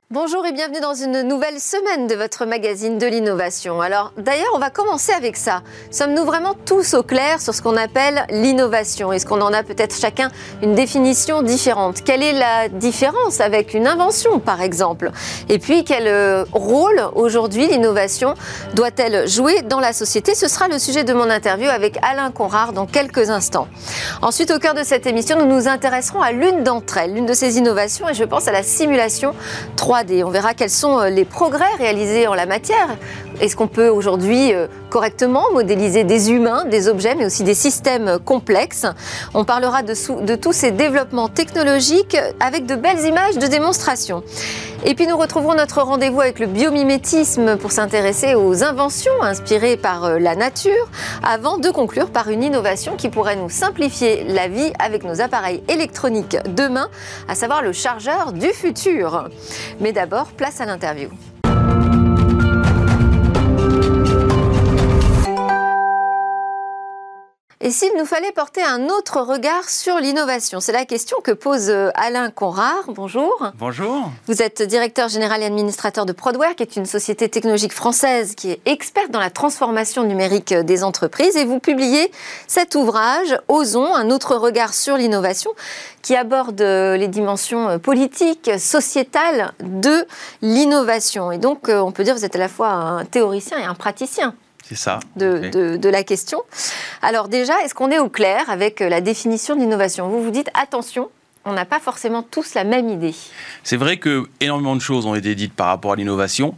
Bonjour et bienvenue dans une nouvelle semaine de votre magazine de l'innovation. Alors d'ailleurs, on va commencer avec ça. Sommes-nous vraiment tous au clair sur ce qu'on appelle l'innovation? Est-ce qu'on en a peut-être chacun une définition différente? Quelle est la différence avec une invention par exemple? Et puis quel rôle aujourd'hui l'innovation doit-elle jouer dans la société? Ce sera le sujet de mon interview avec Alain Conrard dans quelques instants. Ensuite, au cœur de cette émission, nous nous intéresserons à l'une d'entre elles, l'une de ces innovations, et je pense à la simulation 3D. On verra quels sont les progrès réalisés en la matière. Est-ce qu'on peut aujourd'hui correctement modéliser des humains, des objets, mais aussi des systèmes complexes? On parlera de tous ces développements technologiques avec de belles images de démonstration. Et puis nous retrouverons notre rendez-vous avec le biomimétisme pour s'intéresser aux inventions inspirées par la nature, avant de conclure par une innovation qui pourrait nous simplifier la vie avec nos appareils électroniques demain, à savoir le chargeur du futur. Mais d'abord, place à l'interview. Et s'il nous fallait porter un autre regard sur l'innovation? C'est la question que pose Alain Conrard. Bonjour. Bonjour. Vous êtes directeur général et administrateur de Prodware, qui est une société technologique française qui est experte dans la transformation numérique des entreprises. Et vous publiez cet ouvrage, Osons, un autre regard sur l'innovation, qui aborde les dimensions politiques, sociétales de l'innovation. Et donc, on peut dire que vous êtes à la fois un théoricien et un praticien. C'est ça. De la question. Alors déjà, est-ce qu'on est au clair avec la définition de l'innovation? Vous vous dites, attention, on n'a pas forcément tous la même idée. C'est vrai que énormément de choses ont été dites par rapport à l'innovation.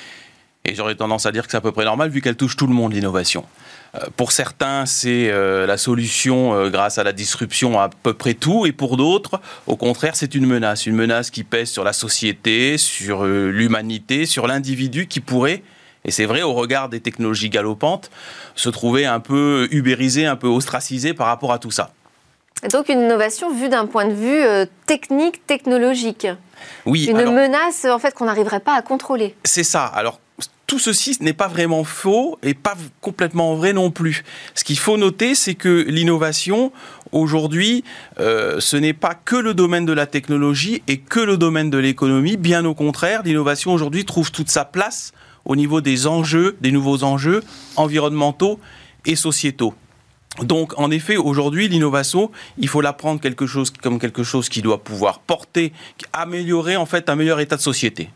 Et j'aurais tendance à dire que c'est à peu près normal, vu qu'elle touche tout le monde, l'innovation. Pour certains, c'est la solution grâce à la disruption à peu près tout. Et pour d'autres, au contraire, c'est une menace qui pèse sur la société, sur l'humanité, sur l'individu qui pourrait... Et c'est vrai, au regard des technologies galopantes, se trouver un peu ubérisé, un peu ostracisé par rapport à tout ça. Et donc une innovation vue d'un point de vue technique, technologique. Oui. Une menace en fait qu'on n'arriverait pas à contrôler. C'est ça. Alors tout ceci n'est pas vraiment faux et pas complètement vrai non plus. Ce qu'il faut noter, c'est que l'innovation, aujourd'hui, ce n'est pas que le domaine de la technologie et que le domaine de l'économie. Bien au contraire, l'innovation aujourd'hui trouve toute sa place au niveau des enjeux, des nouveaux enjeux environnementaux et sociétaux. Donc, en effet, aujourd'hui, l'innovation, il faut la prendre comme quelque chose qui doit pouvoir porter, améliorer en fait un meilleur état de société.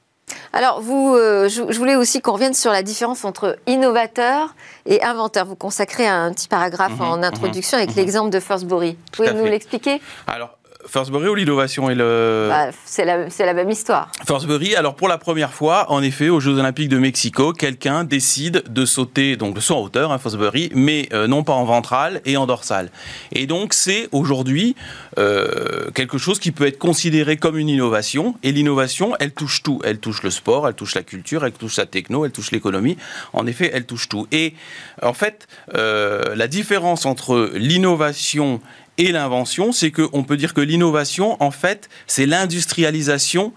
Alors, je voulais aussi qu'on revienne sur la différence entre innovateur et inventeur. Vous consacrez un petit paragraphe en introduction avec l'exemple de Firstbury. Vous pouvez nous l'expliquer? Alors, Firstbury ou l'innovation et le... c'est la même histoire. Firstbury, alors pour la première fois, en effet, aux Jeux Olympiques de Mexico, quelqu'un décide de sauter, donc de saut en hauteur, Firstbury, mais non pas en ventral et en dorsal. Et donc c'est aujourd'hui quelque chose qui peut être considéré comme une innovation. Et l'innovation, elle touche tout. Elle touche le sport, elle touche la culture, elle touche la techno, elle touche l'économie. En effet, elle touche tout. Et en fait, la différence entre l'innovation et l'invention, c'est qu'on peut dire que l'innovation, en fait, c'est l'industrialisation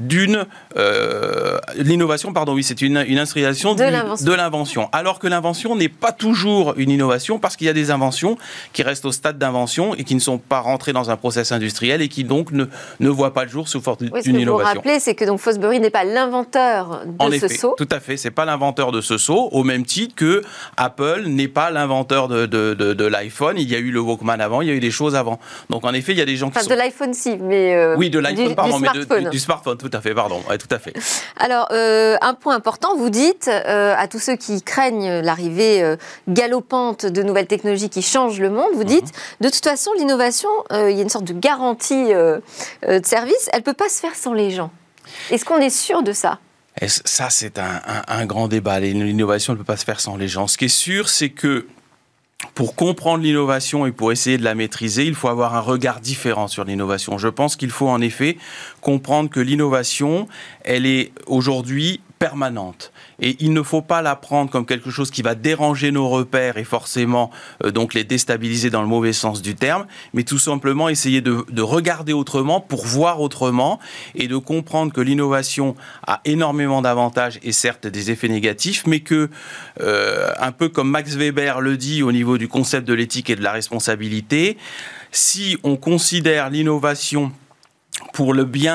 l'innovation, c'est une industrialisation de l'invention. Alors que l'invention n'est pas toujours une innovation, parce qu'il y a des inventions qui restent au stade d'invention et qui ne sont pas rentrées dans un process industriel et qui donc ne voient pas le jour sous forme d'une innovation. Ce que vous rappelez, c'est que donc Firstbury n'est pas l'inventeur de ce saut. Tout à fait, c'est pas l'inventeur de ce saut, au même titre que Apple n'est pas l'inventeur de l'iPhone. Il y a eu le Walkman avant, il y a eu des choses avant. Donc en effet, il y a des gens qui sont... de l'iPhone si, mais oui, de l'iPhone, pardon, mais du smartphone. Tout à fait, pardon. Ouais, tout à fait. Alors, un point important, vous dites à tous ceux qui craignent l'arrivée galopante de nouvelles technologies qui changent le monde, vous dites, de toute façon, l'innovation, il y a une sorte de garantie de service, elle ne peut pas se faire sans les gens. Est-ce qu'on est sûr de ça? Et ça, c'est un grand débat. L'innovation ne peut pas se faire sans les gens. Ce qui est sûr, c'est que pour comprendre l'innovation et pour essayer de la maîtriser, il faut avoir un regard différent sur l'innovation. Je pense qu'il faut en effet comprendre que l'innovation, elle est aujourd'hui permanente. Et il ne faut pas la prendre comme quelque chose qui va déranger nos repères et forcément donc les déstabiliser dans le mauvais sens du terme, mais tout simplement essayer de regarder autrement pour voir autrement et de comprendre que l'innovation a énormément d'avantages et certes des effets négatifs, mais que, un peu comme Max Weber le dit au niveau du concept de l'éthique et de la responsabilité, si on considère l'innovation pour le bien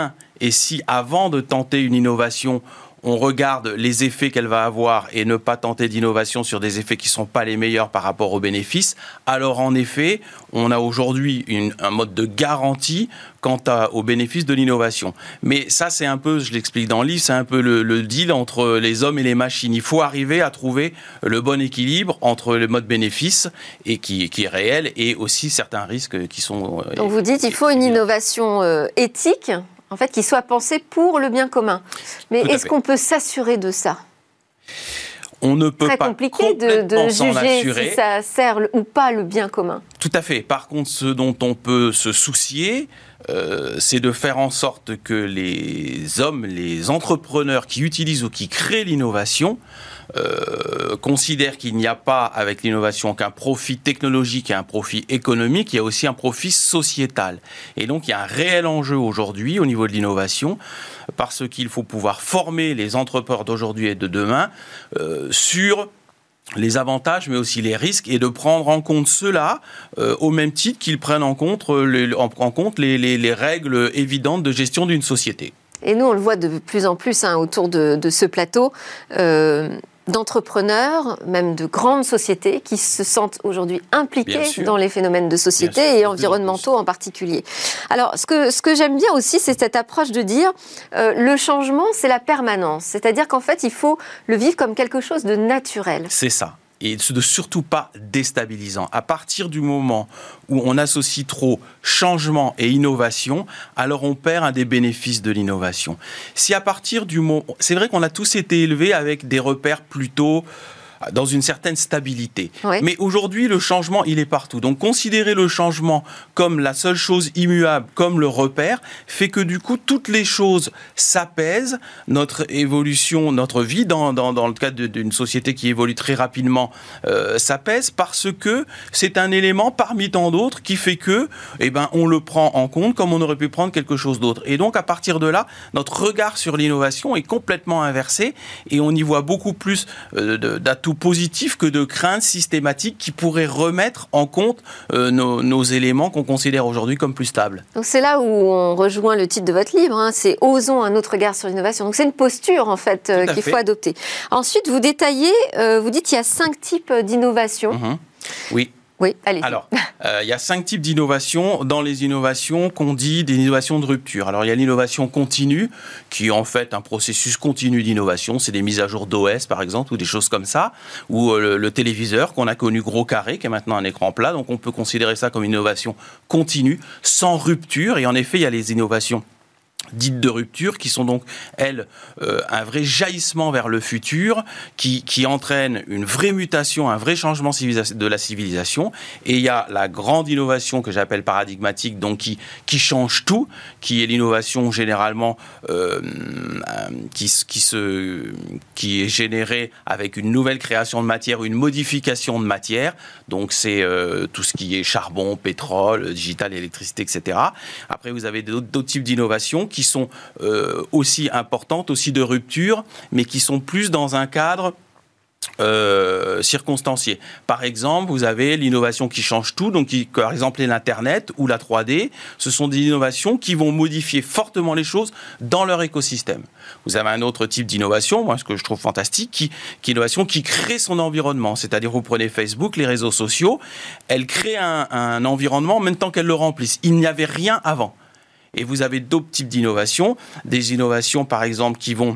Et si avant de tenter une innovation, on regarde les effets qu'elle va avoir et ne pas tenter d'innovation sur des effets qui ne sont pas les meilleurs par rapport aux bénéfices, alors en effet, on a aujourd'hui un mode de garantie quant aux bénéfices de l'innovation. Mais ça, c'est un peu, je l'explique dans le livre, c'est un peu le deal entre les hommes et les machines. Il faut arriver à trouver le bon équilibre entre le mode bénéfice, et qui est réel, et aussi certains risques qui sont... Donc vous dites qu'il faut une innovation éthique, en fait, qui soit pensée pour le bien commun. Mais est-ce qu'on peut s'assurer de ça ? On ne peut pas compliqué de juger si ça sert ou pas le bien commun. Tout à fait. Par contre, ce dont on peut se soucier, c'est de faire en sorte que les hommes, les entrepreneurs qui utilisent ou qui créent l'innovation considèrent qu'il n'y a pas avec l'innovation qu'un profit technologique et un profit économique, il y a aussi un profit sociétal. Et donc il y a un réel enjeu aujourd'hui au niveau de l'innovation, parce qu'il faut pouvoir former les entrepreneurs d'aujourd'hui et de demain sur les avantages mais aussi les risques, et de prendre en compte cela au même titre qu'ils prennent en compte les règles évidentes de gestion d'une société. Et nous, on le voit de plus en plus autour de ce plateau, d'entrepreneurs, même de grandes sociétés, qui se sentent aujourd'hui impliqués dans les phénomènes de société et environnementaux en particulier. Alors, ce que j'aime bien aussi, c'est cette approche de dire le changement, c'est la permanence. C'est-à-dire qu'en fait, il faut le vivre comme quelque chose de naturel. C'est ça. Et de surtout pas déstabilisant. À partir du moment où on associe trop changement et innovation, alors on perd un des bénéfices de l'innovation. Si à partir du moment... C'est vrai qu'on a tous été élevés avec des repères plutôt dans une certaine stabilité. Oui. Mais aujourd'hui, le changement, il est partout. Donc, considérer le changement comme la seule chose immuable, comme le repère, fait que du coup, toutes les choses s'apaisent. Notre évolution, notre vie, dans le cadre d'une société qui évolue très rapidement, s'apaise, parce que c'est un élément parmi tant d'autres qui fait que, on le prend en compte comme on aurait pu prendre quelque chose d'autre. Et donc, à partir de là, notre regard sur l'innovation est complètement inversé, et on y voit beaucoup plus d'atouts positifs que de craintes systématiques qui pourraient remettre en compte nos éléments qu'on considère aujourd'hui comme plus stables. Donc c'est là où on rejoint le titre de votre livre, c'est « Osons un autre regard sur l'innovation ». Donc c'est une posture en fait qu'il faut adopter. Ensuite, vous détaillez, vous dites qu'il y a 5 types d'innovation. Oui. Oui, allez-y. Alors, il y a 5 types d'innovations. Dans les innovations qu'on dit des innovations de rupture. Alors, il y a l'innovation continue, qui est en fait un processus continu d'innovation. C'est des mises à jour d'OS, par exemple, ou des choses comme ça. Ou le téléviseur qu'on a connu gros carré, qui est maintenant un écran plat. Donc, on peut considérer ça comme une innovation continue, sans rupture. Et en effet, il y a les innovations dites de rupture, qui sont donc, elles, un vrai jaillissement vers le futur, qui entraîne une vraie mutation, un vrai changement de la civilisation. Et il y a la grande innovation que j'appelle paradigmatique, donc qui change tout, qui est l'innovation généralement qui est générée avec une nouvelle création de matière ou une modification de matière. Donc c'est tout ce qui est charbon, pétrole, digital, électricité, etc. Après, vous avez d'autres types d'innovations qui sont aussi importantes, aussi de rupture, mais qui sont plus dans un cadre circonstancié. Par exemple, vous avez l'innovation qui change tout, donc par exemple l'Internet ou la 3D, ce sont des innovations qui vont modifier fortement les choses dans leur écosystème. Vous avez un autre type d'innovation, moi ce que je trouve fantastique, qui est l'innovation qui crée son environnement, c'est-à-dire vous prenez Facebook, les réseaux sociaux, elle crée un environnement en même temps qu'elle le remplisse. Il n'y avait rien avant. Et vous avez d'autres types d'innovations, des innovations par exemple qui vont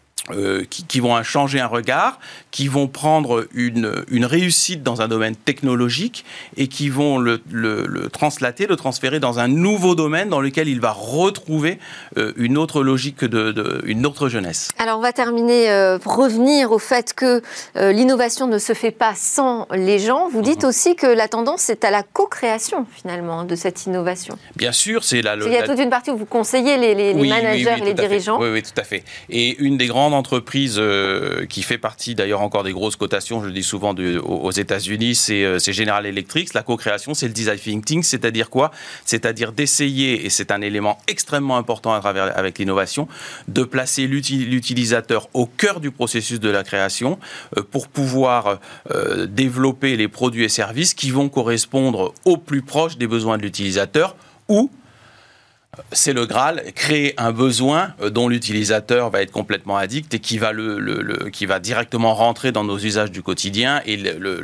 changer un regard, qui vont prendre une réussite dans un domaine technologique et qui vont le transférer dans un nouveau domaine dans lequel il va retrouver une autre logique, une autre jeunesse. Alors on va terminer pour revenir au fait que l'innovation ne se fait pas sans les gens. Vous dites aussi que la tendance est à la co-création finalement de cette innovation. Bien sûr, il y a toute une partie où vous conseillez les managers et les dirigeants. Oui, tout à fait. Et une des grandes entreprise qui fait partie d'ailleurs encore des grosses cotations, je le dis souvent aux États-Unis, c'est General Electric. La co-création, c'est le design thinking, c'est-à-dire quoi ? C'est-à-dire d'essayer, et c'est un élément extrêmement important avec l'innovation, de placer l'utilisateur au cœur du processus de la création pour pouvoir développer les produits et services qui vont correspondre au plus proche des besoins de l'utilisateur ou C'est le Graal, créer un besoin dont l'utilisateur va être complètement addict et qui va, qui va directement rentrer dans nos usages du quotidien. Et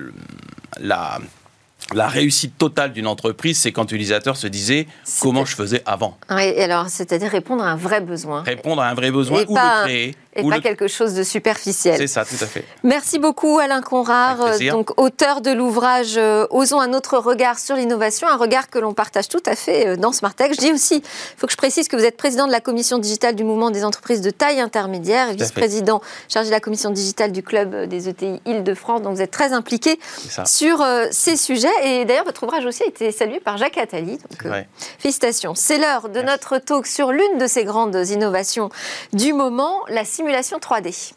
la réussite totale d'une entreprise, c'est quand l'utilisateur se disait comment je faisais avant. Oui, alors, c'est-à-dire répondre à un vrai besoin. Répondre à un vrai besoin ou le créer. Et pas quelque chose de superficiel. C'est ça, tout à fait. Merci beaucoup Alain Conrard, donc auteur de l'ouvrage Osons un autre regard sur l'innovation, un regard que l'on partage tout à fait dans Smartech. Je dis aussi, il faut que je précise que vous êtes président de la commission digitale du mouvement des entreprises de taille intermédiaire et vice-président chargé de la commission digitale du club des ETI Île-de-France. Donc vous êtes très impliqué sur ces sujets. Et d'ailleurs, votre ouvrage aussi a été salué par Jacques Attali. Donc félicitations. C'est l'heure de notre talk sur l'une de ces grandes innovations du moment, la simulation 3D.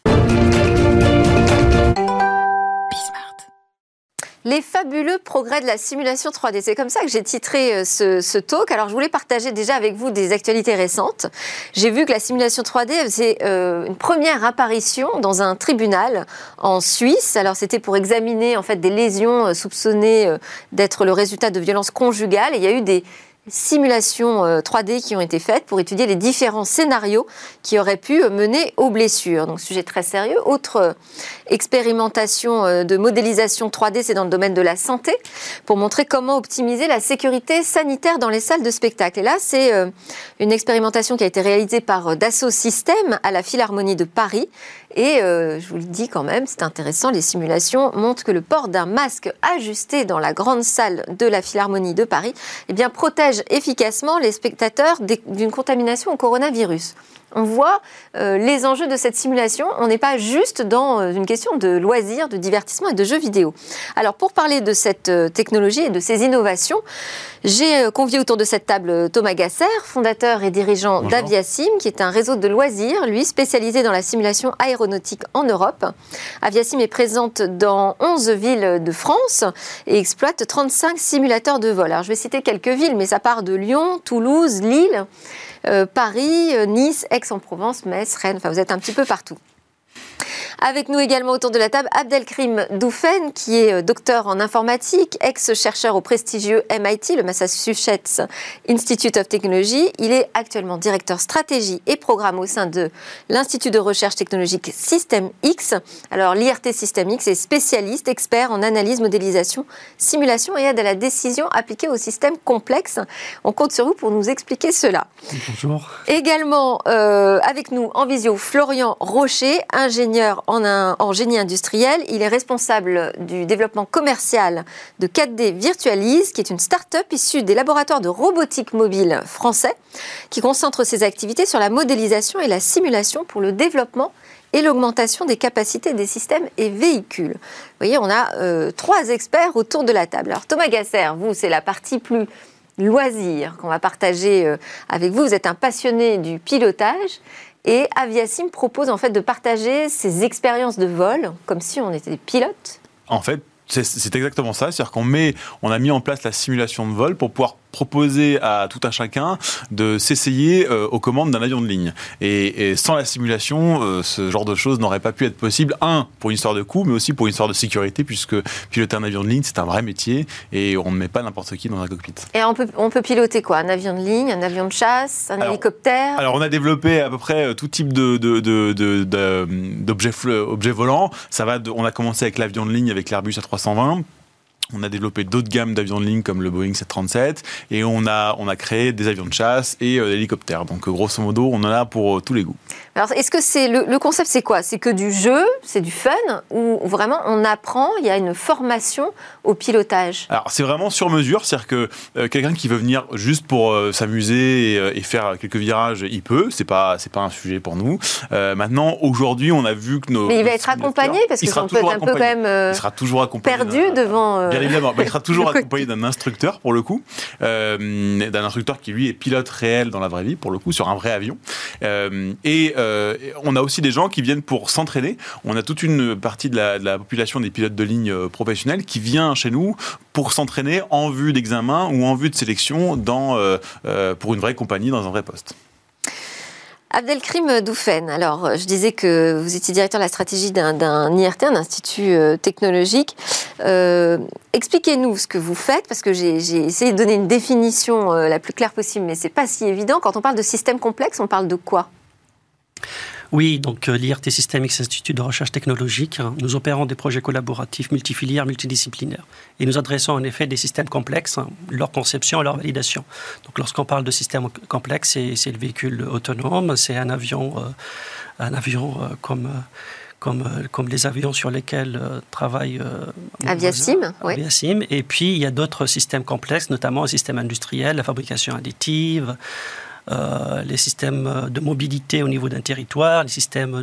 Les fabuleux progrès de la simulation 3D. C'est comme ça que j'ai titré ce talk. Alors, je voulais partager déjà avec vous des actualités récentes. J'ai vu que la simulation 3D faisait une première apparition dans un tribunal en Suisse. Alors, c'était pour examiner en fait des lésions soupçonnées d'être le résultat de violences conjugales. Et il y a eu des simulations 3D qui ont été faites pour étudier les différents scénarios qui auraient pu mener aux blessures. Donc, sujet très sérieux. Autre expérimentation de modélisation 3D, c'est dans le domaine de la santé, pour montrer comment optimiser la sécurité sanitaire dans les salles de spectacle. Et là, c'est une expérimentation qui a été réalisée par Dassault Systèmes à la Philharmonie de Paris. Et je vous le dis quand même, c'est intéressant, les simulations montrent que le port d'un masque ajusté dans la grande salle de la Philharmonie de Paris protège efficacement les spectateurs d'une contamination au coronavirus. On voit les enjeux de cette simulation. On n'est pas juste dans une question de loisirs, de divertissement et de jeux vidéo. Alors, pour parler de cette technologie et de ces innovations, j'ai convié autour de cette table Thomas Gasser, fondateur et dirigeant d'Aviasim, qui est un réseau de loisirs, lui, spécialisé dans la simulation aéronautique en Europe. Aviasim est présente dans 11 villes de France et exploite 35 simulateurs de vol. Alors, je vais citer quelques villes, mais ça part de Lyon, Toulouse, Lille, Paris, Nice, Aix-en-Provence, Metz, Rennes, enfin vous êtes un petit peu partout. Avec nous également autour de la table, Abdelkrim Doufen, qui est docteur en informatique, ex-chercheur au prestigieux MIT, le Massachusetts Institute of Technology. Il est actuellement directeur stratégie et programme au sein de l'Institut de recherche technologique SystemX. Alors, l'IRT SystemX est spécialiste, expert en analyse, modélisation, simulation et aide à la décision appliquée aux systèmes complexes. On compte sur vous pour nous expliquer cela. Bonjour. Également avec nous en visio, Florian Rocher, ingénieur en génie industriel. Il est responsable du développement commercial de 4D Virtualise, qui est une start-up issue des laboratoires de robotique mobile français, qui concentre ses activités sur la modélisation et la simulation pour le développement et l'augmentation des capacités des systèmes et véhicules. Vous voyez, on a 3 experts autour de la table. Alors Thomas Gasser, vous, c'est la partie plus loisir qu'on va partager avec vous. Vous êtes un passionné du pilotage. Et Aviasim propose en fait de partager ses expériences de vol, comme si on était des pilotes. En fait, c'est exactement ça. C'est-à-dire qu'on a mis en place la simulation de vol pour pouvoir proposer à tout un chacun de s'essayer aux commandes d'un avion de ligne. Et sans la simulation, ce genre de choses n'aurait pas pu être possible. Pour une histoire de coût, mais aussi pour une histoire de sécurité, puisque piloter un avion de ligne, c'est un vrai métier et on ne met pas n'importe qui dans un cockpit. Et on peut piloter quoi ? Un avion de ligne, un avion de chasse, un hélicoptère ? Alors, on a développé à peu près tout type d'objets volants. On a commencé avec l'avion de ligne, avec l'Airbus A320. On a développé d'autres gammes d'avions de ligne comme le Boeing 737 et on a créé des avions de chasse et l'hélicoptère. Donc grosso modo, on en a pour tous les goûts. Alors est-ce que c'est le concept, c'est quoi ? C'est que du jeu, c'est du fun ou vraiment on apprend, il y a une formation au pilotage ? Alors c'est vraiment sur mesure, c'est-à-dire que quelqu'un qui veut venir juste pour s'amuser et faire quelques virages, il peut. C'est pas un sujet pour nous. Maintenant, aujourd'hui, on a vu que Mais il va être accompagné parce que on peut être un peu quand même il sera toujours accompagné perdu devant. Bien évidemment, il sera toujours accompagné d'un instructeur pour le coup, d'un instructeur qui lui est pilote réel dans la vraie vie pour le coup sur un vrai avion. On a aussi des gens qui viennent pour s'entraîner. On a toute une partie de la population des pilotes de ligne professionnels qui vient chez nous pour s'entraîner en vue d'examen ou en vue de sélection pour une vraie compagnie dans un vrai poste. Abdelkrim Doufen, alors je disais que vous étiez directeur de la stratégie d'un IRT, un institut technologique. Expliquez-nous ce que vous faites, parce que j'ai essayé de donner une définition la plus claire possible, mais ce n'est pas si évident. Quand on parle de système complexe, on parle de quoi ? Oui, donc l'IRT Systemix, Institut de recherche technologique, nous opérons des projets collaboratifs multifilières, multidisciplinaires. Et nous adressons en effet des systèmes complexes, leur conception et leur validation. Donc lorsqu'on parle de système complexe, c'est le véhicule autonome, c'est un avion comme les avions sur lesquels travaille Aviasim. Aviasim. Et puis il y a d'autres systèmes complexes, notamment un système industriel, la fabrication additive, les systèmes de mobilité au niveau d'un territoire, les systèmes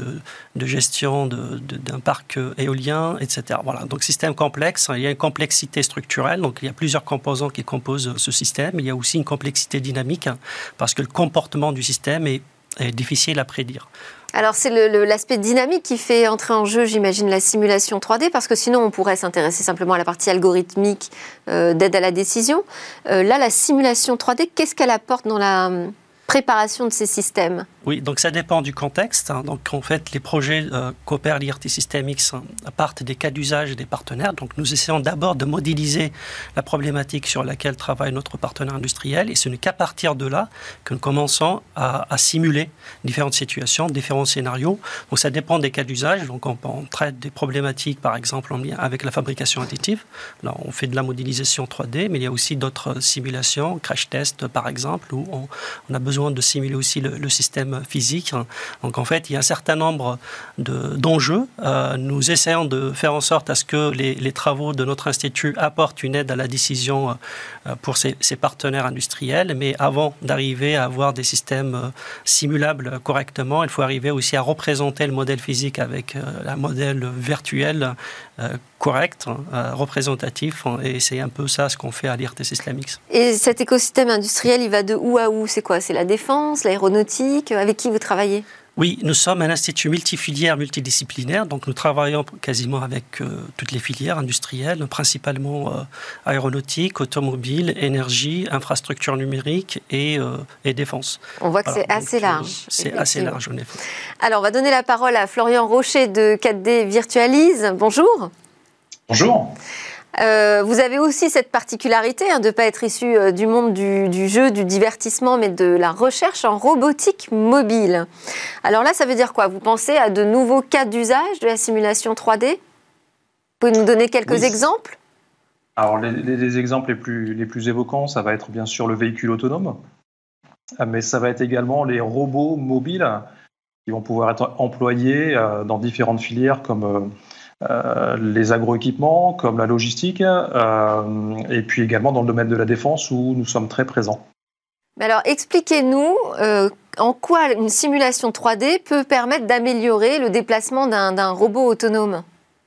de gestion d'un parc éolien, etc. Voilà, donc système complexe, il y a une complexité structurelle, donc il y a plusieurs composants qui composent ce système. Il y a aussi une complexité dynamique, parce que le comportement du système est difficile à prédire. Alors c'est l'aspect dynamique qui fait entrer en jeu, j'imagine, la simulation 3D, parce que sinon on pourrait s'intéresser simplement à la partie algorithmique d'aide à la décision. Là, la simulation 3D, qu'est-ce qu'elle apporte dans la préparation de ces systèmes ? Oui, donc ça dépend du contexte. Donc en fait, les projets qu'opère l'IRT Systemix partent des cas d'usage des partenaires. Donc nous essayons d'abord de modéliser la problématique sur laquelle travaille notre partenaire industriel, et ce n'est qu'à partir de là que nous commençons à simuler différentes situations, différents scénarios. Donc ça dépend des cas d'usage. Donc on traite des problématiques, par exemple, en lien avec la fabrication additive. Là, on fait de la modélisation 3D, mais il y a aussi d'autres simulations, crash test par exemple, où on a besoin de simuler aussi le système physique. Donc en fait, il y a un certain nombre d'enjeux. Nous essayons de faire en sorte à ce que les travaux de notre institut apportent une aide à la décision pour ces partenaires industriels. Mais avant d'arriver à avoir des systèmes simulables correctement, il faut arriver aussi à représenter le modèle physique avec un modèle virtuel correct, représentatif, et c'est un peu ça ce qu'on fait à l'IRT Systemix. Et cet écosystème industriel, il va de où à où ? C'est quoi ? C'est la défense, l'aéronautique ? Avec qui vous travaillez ? Oui, nous sommes un institut multifilière, multidisciplinaire, donc nous travaillons quasiment avec toutes les filières industrielles, principalement aéronautique, automobile, énergie, infrastructure numérique et défense. On voit que c'est assez large. C'est assez large, en effet. Alors, on va donner la parole à Florian Rocher de 4D Virtualise. Bonjour. Bonjour. Vous avez aussi cette particularité de ne pas être issu du monde du jeu, du divertissement, mais de la recherche en robotique mobile. Alors là, ça veut dire quoi ? Vous pensez à de nouveaux cas d'usage de la simulation 3D ? Vous pouvez nous donner quelques exemples ? Alors, les exemples les plus évoquants, ça va être bien sûr le véhicule autonome, mais ça va être également les robots mobiles qui vont pouvoir être employés dans différentes filières comme les agroéquipements, comme la logistique, et puis également dans le domaine de la défense où nous sommes très présents. Alors, expliquez-nous en quoi une simulation 3D peut permettre d'améliorer le déplacement d'un robot autonome.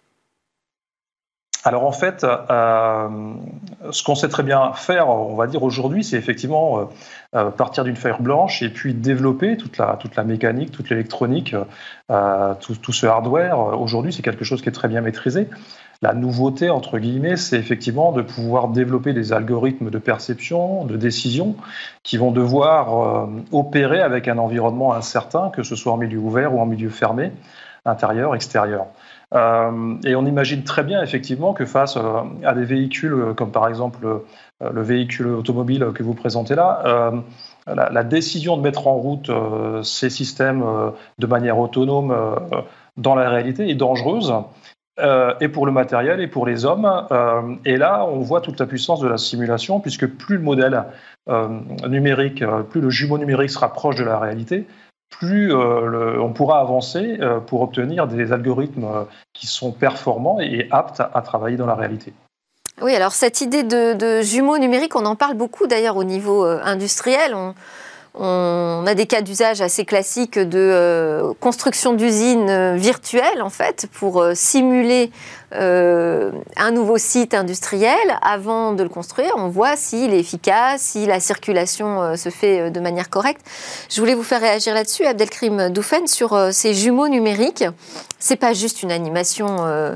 Alors en fait, ce qu'on sait très bien faire, on va dire aujourd'hui, c'est effectivement partir d'une feuille blanche et puis développer toute la mécanique, toute l'électronique, tout ce hardware. Aujourd'hui, c'est quelque chose qui est très bien maîtrisé. La nouveauté, entre guillemets, c'est effectivement de pouvoir développer des algorithmes de perception, de décision, qui vont devoir opérer avec un environnement incertain, que ce soit en milieu ouvert ou en milieu fermé, intérieur, extérieur. Et on imagine très bien effectivement que face à des véhicules comme par exemple le véhicule automobile que vous présentez là, la décision de mettre en route ces systèmes de manière autonome dans la réalité est dangereuse, et pour le matériel et pour les hommes. Et là, on voit toute la puissance de la simulation, puisque plus le modèle numérique, plus le jumeau numérique sera proche de la réalité, plus on pourra avancer pour obtenir des algorithmes qui sont performants et aptes à travailler dans la réalité. Oui, alors cette idée de jumeaux numériques, on en parle beaucoup d'ailleurs au niveau industriel. On a des cas d'usage assez classiques de construction d'usines virtuelles, en fait, pour simuler un nouveau site industriel. Avant de le construire, on voit s'il est efficace, si la circulation se fait de manière correcte. Je voulais vous faire réagir là-dessus, Abdelkrim Doufen, sur ces jumeaux numériques. C'est pas juste une animation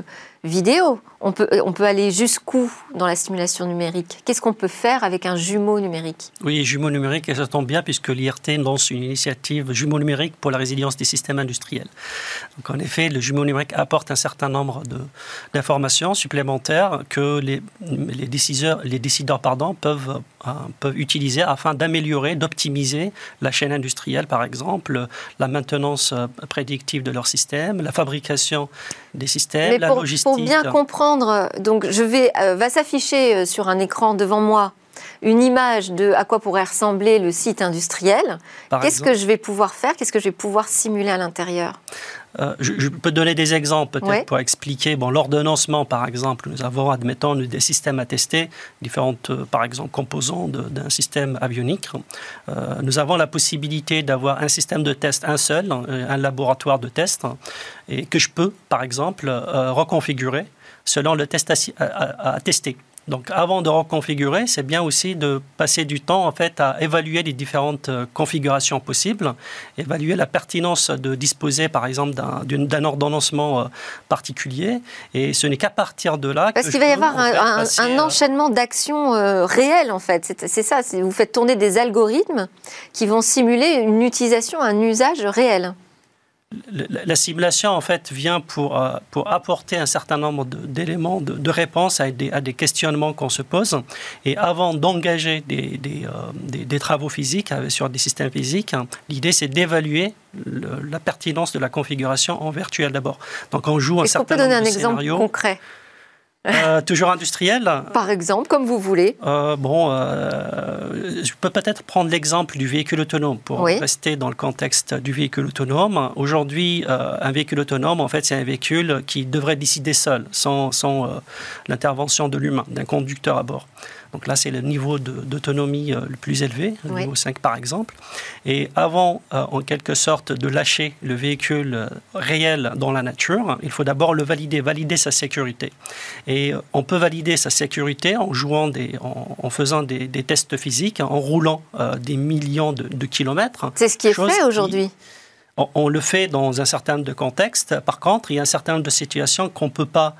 vidéo. On peut aller jusqu'où dans la simulation numérique? Qu'est-ce qu'on peut faire avec un jumeau numérique? Oui, jumeau numérique, et ça tombe bien puisque l'IRT lance une initiative jumeau numérique pour la résilience des systèmes industriels. Donc en effet, le jumeau numérique apporte un certain nombre d'informations supplémentaires que les décideurs peuvent utiliser afin d'améliorer, d'optimiser la chaîne industrielle, par exemple, la maintenance prédictive de leur système, la fabrication des systèmes, la logistique. Pour bien comprendre, donc va s'afficher sur un écran devant moi une image de à quoi pourrait ressembler le site industriel. Qu'est-ce que je vais pouvoir faire? Qu'est-ce que je vais pouvoir simuler à l'intérieur? Je peux donner des exemples peut-être pour expliquer. L'ordonnancement, par exemple, nous avons, admettons, des systèmes à tester, différentes, par exemple, composants d'un système avionique. Nous avons la possibilité d'avoir un système de test, un seul, un laboratoire de test, et que je peux, par exemple, reconfigurer selon le test à tester. Donc, avant de reconfigurer, c'est bien aussi de passer du temps en fait à évaluer les différentes configurations possibles, évaluer la pertinence de disposer, par exemple, d'un ordonnancement particulier. Et ce n'est qu'à partir de là parce qu'il va y avoir un enchaînement d'actions réelles, en fait. C'est ça. Vous faites tourner des algorithmes qui vont simuler une utilisation, un usage réel. La simulation, en fait, vient pour apporter un certain nombre d'éléments de réponse à des questionnements qu'on se pose. Et avant d'engager des travaux physiques sur des systèmes physiques, l'idée, c'est d'évaluer la pertinence de la configuration en virtuel d'abord. Donc, on joue un certain nombre de scénarios. Est-ce qu'on peut donner un exemple concret? Toujours industriel. Par exemple, comme vous voulez. Je peux peut-être prendre l'exemple du véhicule autonome pour rester dans le contexte du véhicule autonome. Aujourd'hui, un véhicule autonome, en fait, c'est un véhicule qui devrait décider seul, sans l'intervention de l'humain, d'un conducteur à bord. Donc là, c'est le niveau d'autonomie le plus élevé, le niveau 5 par exemple. Et avant, en quelque sorte, de lâcher le véhicule réel dans la nature, il faut d'abord le valider sa sécurité. Et on peut valider sa sécurité en faisant des tests physiques, en roulant des millions de kilomètres. C'est ce qui est fait aujourd'hui. On le fait dans un certain nombre de contextes. Par contre, il y a un certain nombre de situations qu'on ne peut pas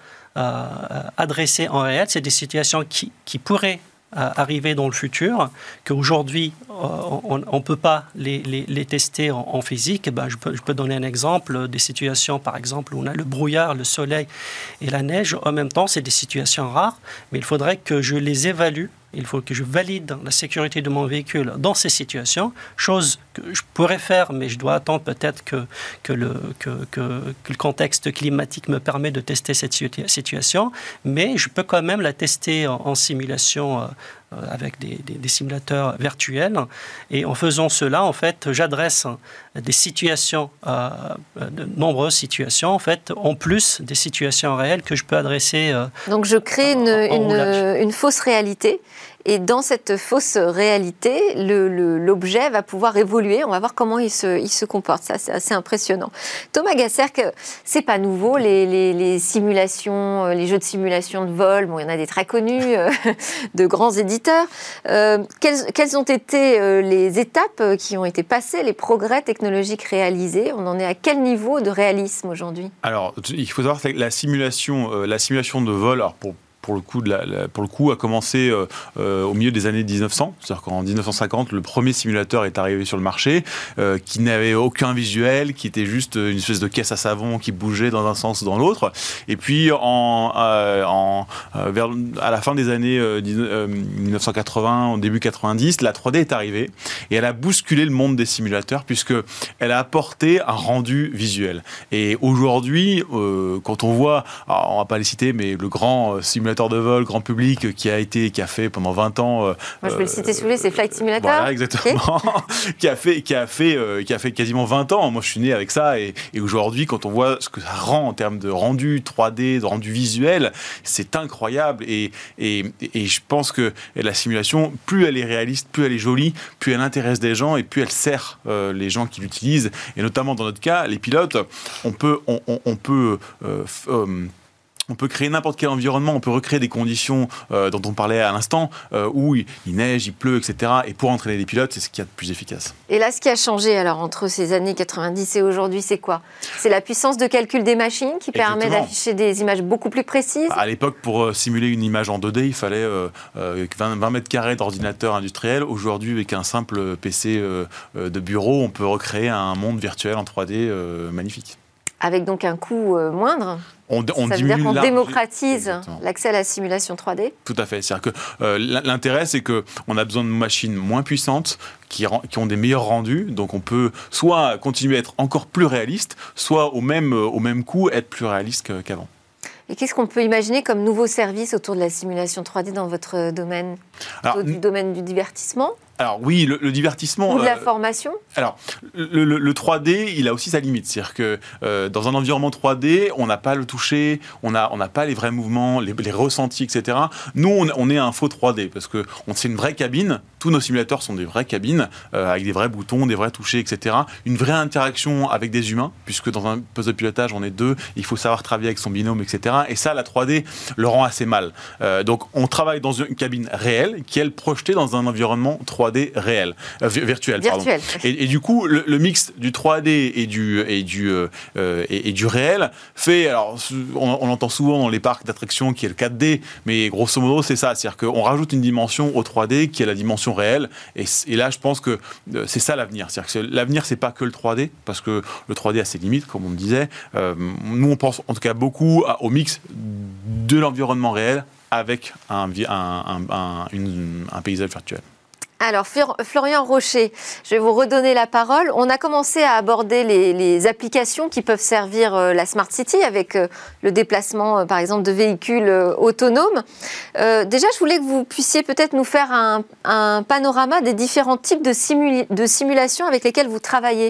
adresser en réel. C'est des situations qui pourraient arriver dans le futur, qu'aujourd'hui, on ne peut pas les tester en physique. Je peux donner un exemple des situations, par exemple, où on a le brouillard, le soleil et la neige. En même temps, c'est des situations rares, mais il faudrait que je les évalue. Il faut que je valide la sécurité de mon véhicule dans ces situations, chose que je pourrais faire, mais je dois attendre peut-être que le contexte climatique me permet de tester cette situation. Mais je peux quand même la tester en simulation avec des simulateurs virtuels. Et en faisant cela, en fait, j'adresse des situations, de nombreuses situations, en fait, en plus des situations réelles que je peux adresser. Donc je crée une fausse réalité. Et dans cette fausse réalité, l'objet va pouvoir évoluer. On va voir comment il se comporte. Ça, c'est assez impressionnant. Thomas Gasserque, c'est pas nouveau, les simulations, les jeux de simulation de vol. Bon, il y en a des très connus, de grands éditeurs. Quelles ont été les étapes qui ont été passées, les progrès technologiques réalisés? On en est à quel niveau de réalisme aujourd'hui? Alors, il faut savoir que la simulation de vol, alors pour le coup, a commencé au milieu des années 1900. C'est-à-dire qu'en 1950, le premier simulateur est arrivé sur le marché, qui n'avait aucun visuel, qui était juste une espèce de caisse à savon qui bougeait dans un sens ou dans l'autre. Et puis, à la fin des années 1980, au début 90, la 3D est arrivée et elle a bousculé le monde des simulateurs puisqu'elle a apporté un rendu visuel. Et aujourd'hui, quand on voit, alors on ne va pas les citer, mais le grand simulateur de vol grand public qui a fait pendant 20 ans. Moi, je vais le citer sous les, c'est Flight Simulator. Voilà, exactement. Okay. qui a fait quasiment 20 ans. Moi, je suis né avec ça et aujourd'hui, quand on voit ce que ça rend en termes de rendu 3D, de rendu visuel, c'est incroyable. Et je pense que la simulation, plus elle est réaliste, plus elle est jolie, plus elle intéresse des gens et plus elle sert les gens qui l'utilisent. Et notamment dans notre cas, les pilotes, on peut on peut créer n'importe quel environnement, on peut recréer des conditions dont on parlait à l'instant, où il neige, il pleut, etc. Et pour entraîner des pilotes, c'est ce qu'il y a de plus efficace. Et là, ce qui a changé alors entre ces années 90 et aujourd'hui, c'est quoi? C'est la puissance de calcul des machines qui permet d'afficher des images beaucoup plus précises? À l'époque, pour simuler une image en 2D, il fallait 20 mètres carrés d'ordinateur industriel. Aujourd'hui, avec un simple PC de bureau, on peut recréer un monde virtuel en 3D magnifique. Avec donc un coût moindre? On ça veut dire qu'on démocratise l'accès à la simulation 3D? Tout à fait. C'est-à-dire que l'intérêt, c'est qu'on a besoin de machines moins puissantes qui ont des meilleurs rendus. Donc on peut soit continuer à être encore plus réaliste, soit au même coût être plus réaliste qu'avant. Et qu'est-ce qu'on peut imaginer comme nouveaux services autour de la simulation 3D dans votre domaine? Plutôt du domaine du divertissement? Alors oui, le divertissement... Ou de la formation? Alors, le 3D, il a aussi sa limite. C'est-à-dire que dans un environnement 3D, on n'a pas le toucher, on n'a pas les vrais mouvements, les ressentis, etc. Nous, on est un faux 3D, parce que c'est une vraie cabine. Tous nos simulateurs sont des vraies cabines, avec des vrais boutons, des vrais touchés, etc. Une vraie interaction avec des humains, puisque dans un poste de pilotage, on est deux, il faut savoir travailler avec son binôme, etc. Et ça, la 3D le rend assez mal. Donc, on travaille dans une cabine réelle, qui est projetée dans un environnement 3D réel, virtuel. Pardon. Et du coup, le mix du 3D et du réel fait, alors on entend souvent dans les parcs d'attractions qui est le 4D, mais grosso modo c'est ça, c'est-à-dire qu'on rajoute une dimension au 3D qui est la dimension réelle, et là je pense que c'est ça l'avenir. C'est-à-dire que l'avenir c'est pas que le 3D, parce que le 3D a ses limites, comme on le disait. Nous on pense en tout cas beaucoup au mix de l'environnement réel avec un paysage virtuel. Alors, Florian Rocher, je vais vous redonner la parole. On a commencé à aborder les applications qui peuvent servir la Smart City avec le déplacement, par exemple, de véhicules autonomes. Déjà, je voulais que vous puissiez peut-être nous faire un panorama des différents types de simulations avec lesquels vous travaillez.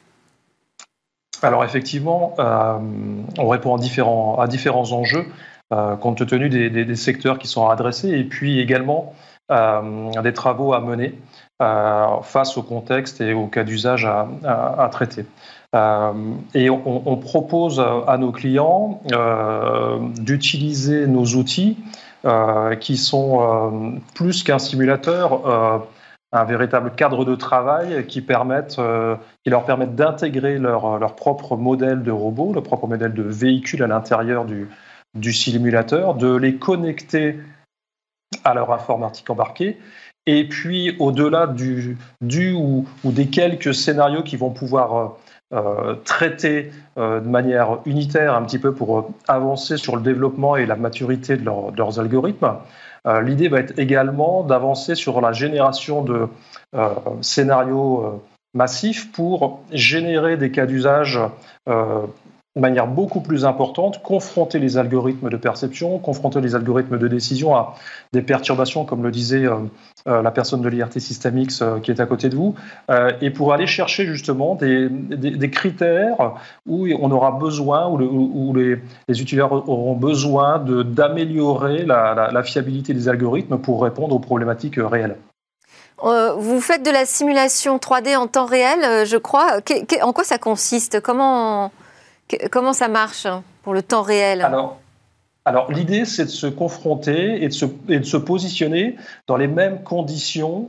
Alors, effectivement, on répond à différents enjeux, compte tenu des secteurs qui sont adressés, et puis également des travaux à mener face au contexte et au cas d'usage à traiter. Et on propose à nos clients d'utiliser nos outils qui sont plus qu'un simulateur, un véritable cadre de travail qui leur permettent d'intégrer leur propre modèle de robot, leur propre modèle de véhicule à l'intérieur du simulateur, de les connecter à leur informatique embarquée, et puis au-delà du ou des quelques scénarios qu'ils vont pouvoir traiter de manière unitaire un petit peu pour avancer sur le développement et la maturité de leurs algorithmes. L'idée va être également d'avancer sur la génération de scénarios massifs pour générer des cas d'usage de manière beaucoup plus importante, confronter les algorithmes de perception, confronter les algorithmes de décision à des perturbations, comme le disait la personne de l'IRT Systemix qui est à côté de vous, et pour aller chercher justement des critères où on aura besoin, où les utilisateurs auront besoin d'améliorer la fiabilité des algorithmes pour répondre aux problématiques réelles. Vous faites de la simulation 3D en temps réel, je crois. En quoi ça consiste ? Comment ça marche pour le temps réel ? Alors l'idée, c'est de se confronter et de se positionner dans les mêmes conditions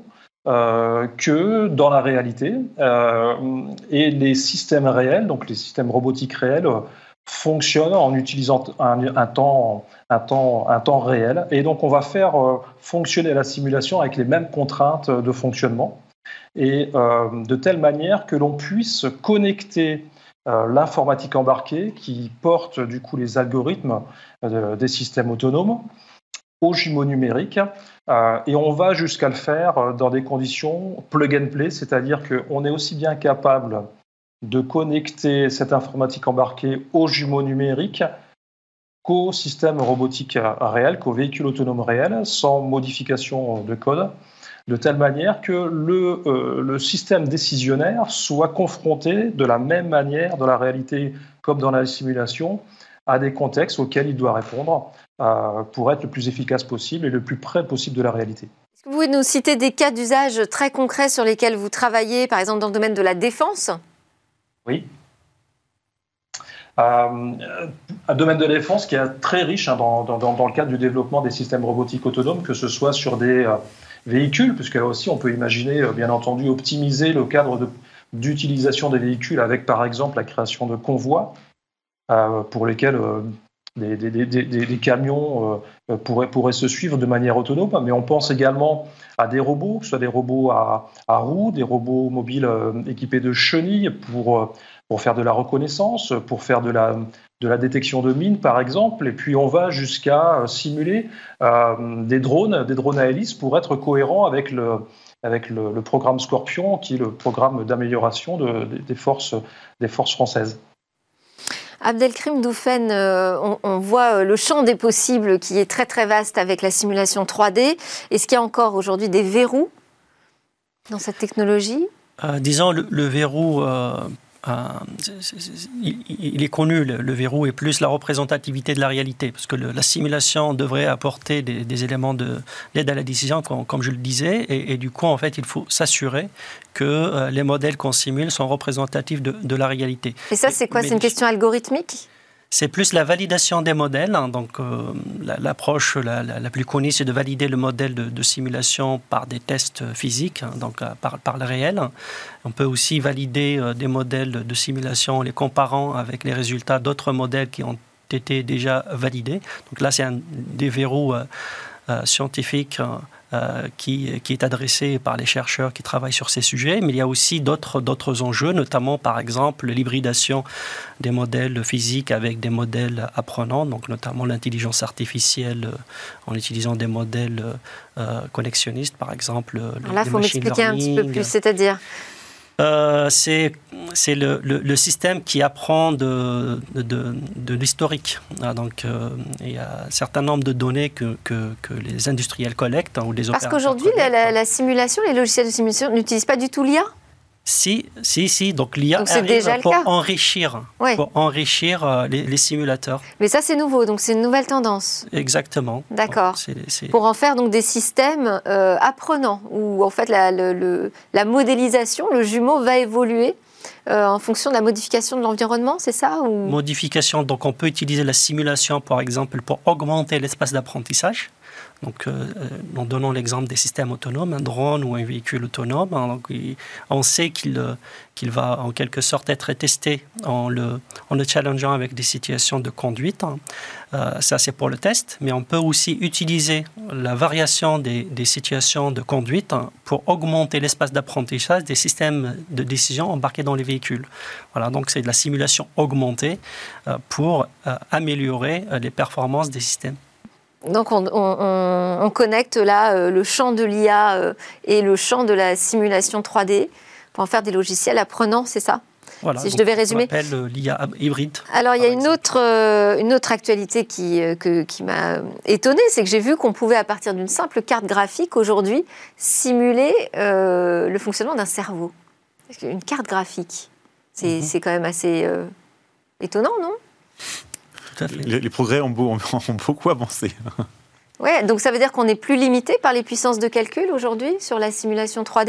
que dans la réalité. Et les systèmes réels, donc les systèmes robotiques réels, fonctionnent en utilisant un temps réel. Et donc on va faire fonctionner la simulation avec les mêmes contraintes de fonctionnement, et de telle manière que l'on puisse connecter l'informatique embarquée qui porte du coup les algorithmes des systèmes autonomes aux jumeaux numériques, et on va jusqu'à le faire dans des conditions plug and play, c'est-à-dire qu'on est aussi bien capable de connecter cette informatique embarquée aux jumeaux numériques qu'au système robotique réel, qu'au véhicule autonome réel, sans modification de code, de telle manière que le système décisionnaire soit confronté de la même manière dans la réalité comme dans la simulation à des contextes auxquels il doit répondre pour être le plus efficace possible et le plus près possible de la réalité. Est-ce que vous pouvez nous citer des cas d'usage très concrets sur lesquels vous travaillez, par exemple dans le domaine de la défense ? Oui. Un domaine de la défense qui est très riche dans le cadre du développement des systèmes robotiques autonomes, que ce soit sur des véhicules, puisque là aussi on peut imaginer, bien entendu, optimiser le cadre d'utilisation des véhicules avec, par exemple, la création de convois pour lesquels des camions pourraient se suivre de manière autonome. Mais on pense également à des robots, que ce soit des robots à roues, des robots mobiles équipés de chenilles pour faire de la reconnaissance, pour faire de la détection de mines, par exemple. Et puis on va jusqu'à simuler des drones à hélice pour être cohérent avec le programme Scorpion, qui est le programme d'amélioration des forces françaises. Abdelkrim Doufen, on voit le champ des possibles qui est très très vaste avec la simulation 3D. Est-ce qu'il y a encore aujourd'hui des verrous dans cette technologie ? Disons, le verrou, il est connu, le verrou est plus la représentativité de la réalité, parce que la simulation devrait apporter des éléments d'aide à la décision, comme je le disais, et du coup, en fait, il faut s'assurer que les modèles qu'on simule sont représentatifs de la réalité. Et ça, c'est quoi ? C'est une question algorithmique ? C'est plus la validation des modèles. Donc, l'approche la plus connue, c'est de valider le modèle de simulation par des tests physiques, donc par le réel. On peut aussi valider des modèles de simulation en les comparant avec les résultats d'autres modèles qui ont été déjà validés. Donc là, c'est un des verrous scientifiques qui est adressé par les chercheurs qui travaillent sur ces sujets, mais il y a aussi d'autres enjeux, notamment par exemple l'hybridation des modèles physiques avec des modèles apprenants, donc notamment l'intelligence artificielle en utilisant des modèles connexionnistes, par exemple. Alors là, il faut m'expliquer un petit peu plus, c'est-à-dire c'est le système qui apprend de l'historique. Donc, il y a un certain nombre de données que les industriels collectent ou les opérateurs. Parce qu'aujourd'hui, la simulation, les logiciels de simulation n'utilisent pas du tout l'IA ? Si. Donc l'IA arrive déjà pour enrichir les simulateurs. Mais ça, c'est nouveau, donc c'est une nouvelle tendance. Exactement. D'accord. Pour en faire donc des systèmes apprenants, où en fait la modélisation, le jumeau va évoluer en fonction de la modification de l'environnement, c'est ça ou... Modification, donc on peut utiliser la simulation, par exemple, pour augmenter l'espace d'apprentissage. Donc, en donnant l'exemple des systèmes autonomes, un drone ou un véhicule autonome, donc, on sait qu'il va en quelque sorte être testé en le challengeant avec des situations de conduite. Ça, c'est pour le test, mais on peut aussi utiliser la variation des situations de conduite pour augmenter l'espace d'apprentissage des systèmes de décision embarqués dans les véhicules. Voilà, donc c'est de la simulation augmentée pour améliorer les performances des systèmes. Donc on connecte là le champ de l'IA et le champ de la simulation 3D pour en faire des logiciels apprenants, c'est ça ? Voilà, si je devais résumer. On appelle l'IA hybride. Alors il y a une autre actualité qui m'a étonnée, c'est que j'ai vu qu'on pouvait à partir d'une simple carte graphique aujourd'hui simuler le fonctionnement d'un cerveau. Une carte graphique, c'est quand même assez étonnant, non ? Les progrès ont beaucoup avancé. Ouais, donc ça veut dire qu'on est plus limité par les puissances de calcul aujourd'hui sur la simulation 3D ?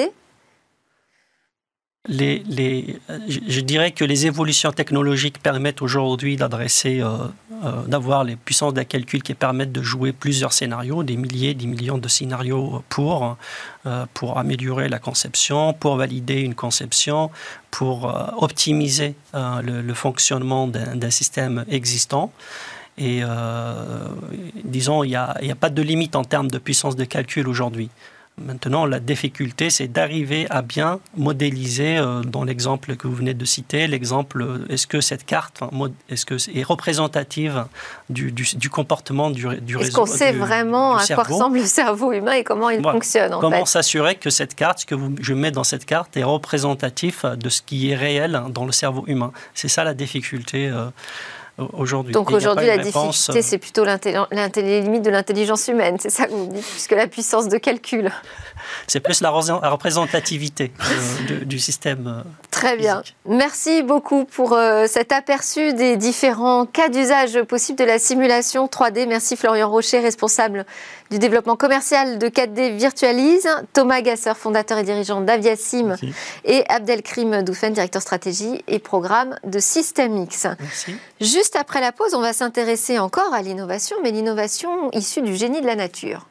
Je dirais que les évolutions technologiques permettent aujourd'hui d'avoir les puissances de calcul qui permettent de jouer plusieurs scénarios, des milliers, des millions de scénarios pour améliorer la conception, pour valider une conception, pour optimiser le fonctionnement d'un système existant. Et disons, il n'y a pas de limite en termes de puissance de calcul aujourd'hui. Maintenant, la difficulté, c'est d'arriver à bien modéliser, dans l'exemple que vous venez de citer, est-ce que cette carte est représentative du comportement du réseau ? Est-ce qu'on sait vraiment à quoi ressemble le cerveau humain et comment il fonctionne ? Comment s'assurer que cette carte, ce que je mets dans cette carte, est représentatif de ce qui est réel dans le cerveau humain ? C'est ça la difficulté aujourd'hui. Donc aujourd'hui, la difficulté, c'est plutôt les limites de l'intelligence humaine, c'est ça que vous dites, puisque la puissance de calcul. C'est plus la représentativité du système. Très bien. physique. Merci beaucoup pour cet aperçu des différents cas d'usage possibles de la simulation 3D. Merci Florian Rocher, responsable du développement commercial de 4D Virtualise, Thomas Gasser, fondateur et dirigeant d'Aviasim, et Abdelkrim Doufen, directeur stratégie et programme de Systemix. Merci. Juste après la pause, on va s'intéresser encore à l'innovation, mais l'innovation issue du génie de la nature.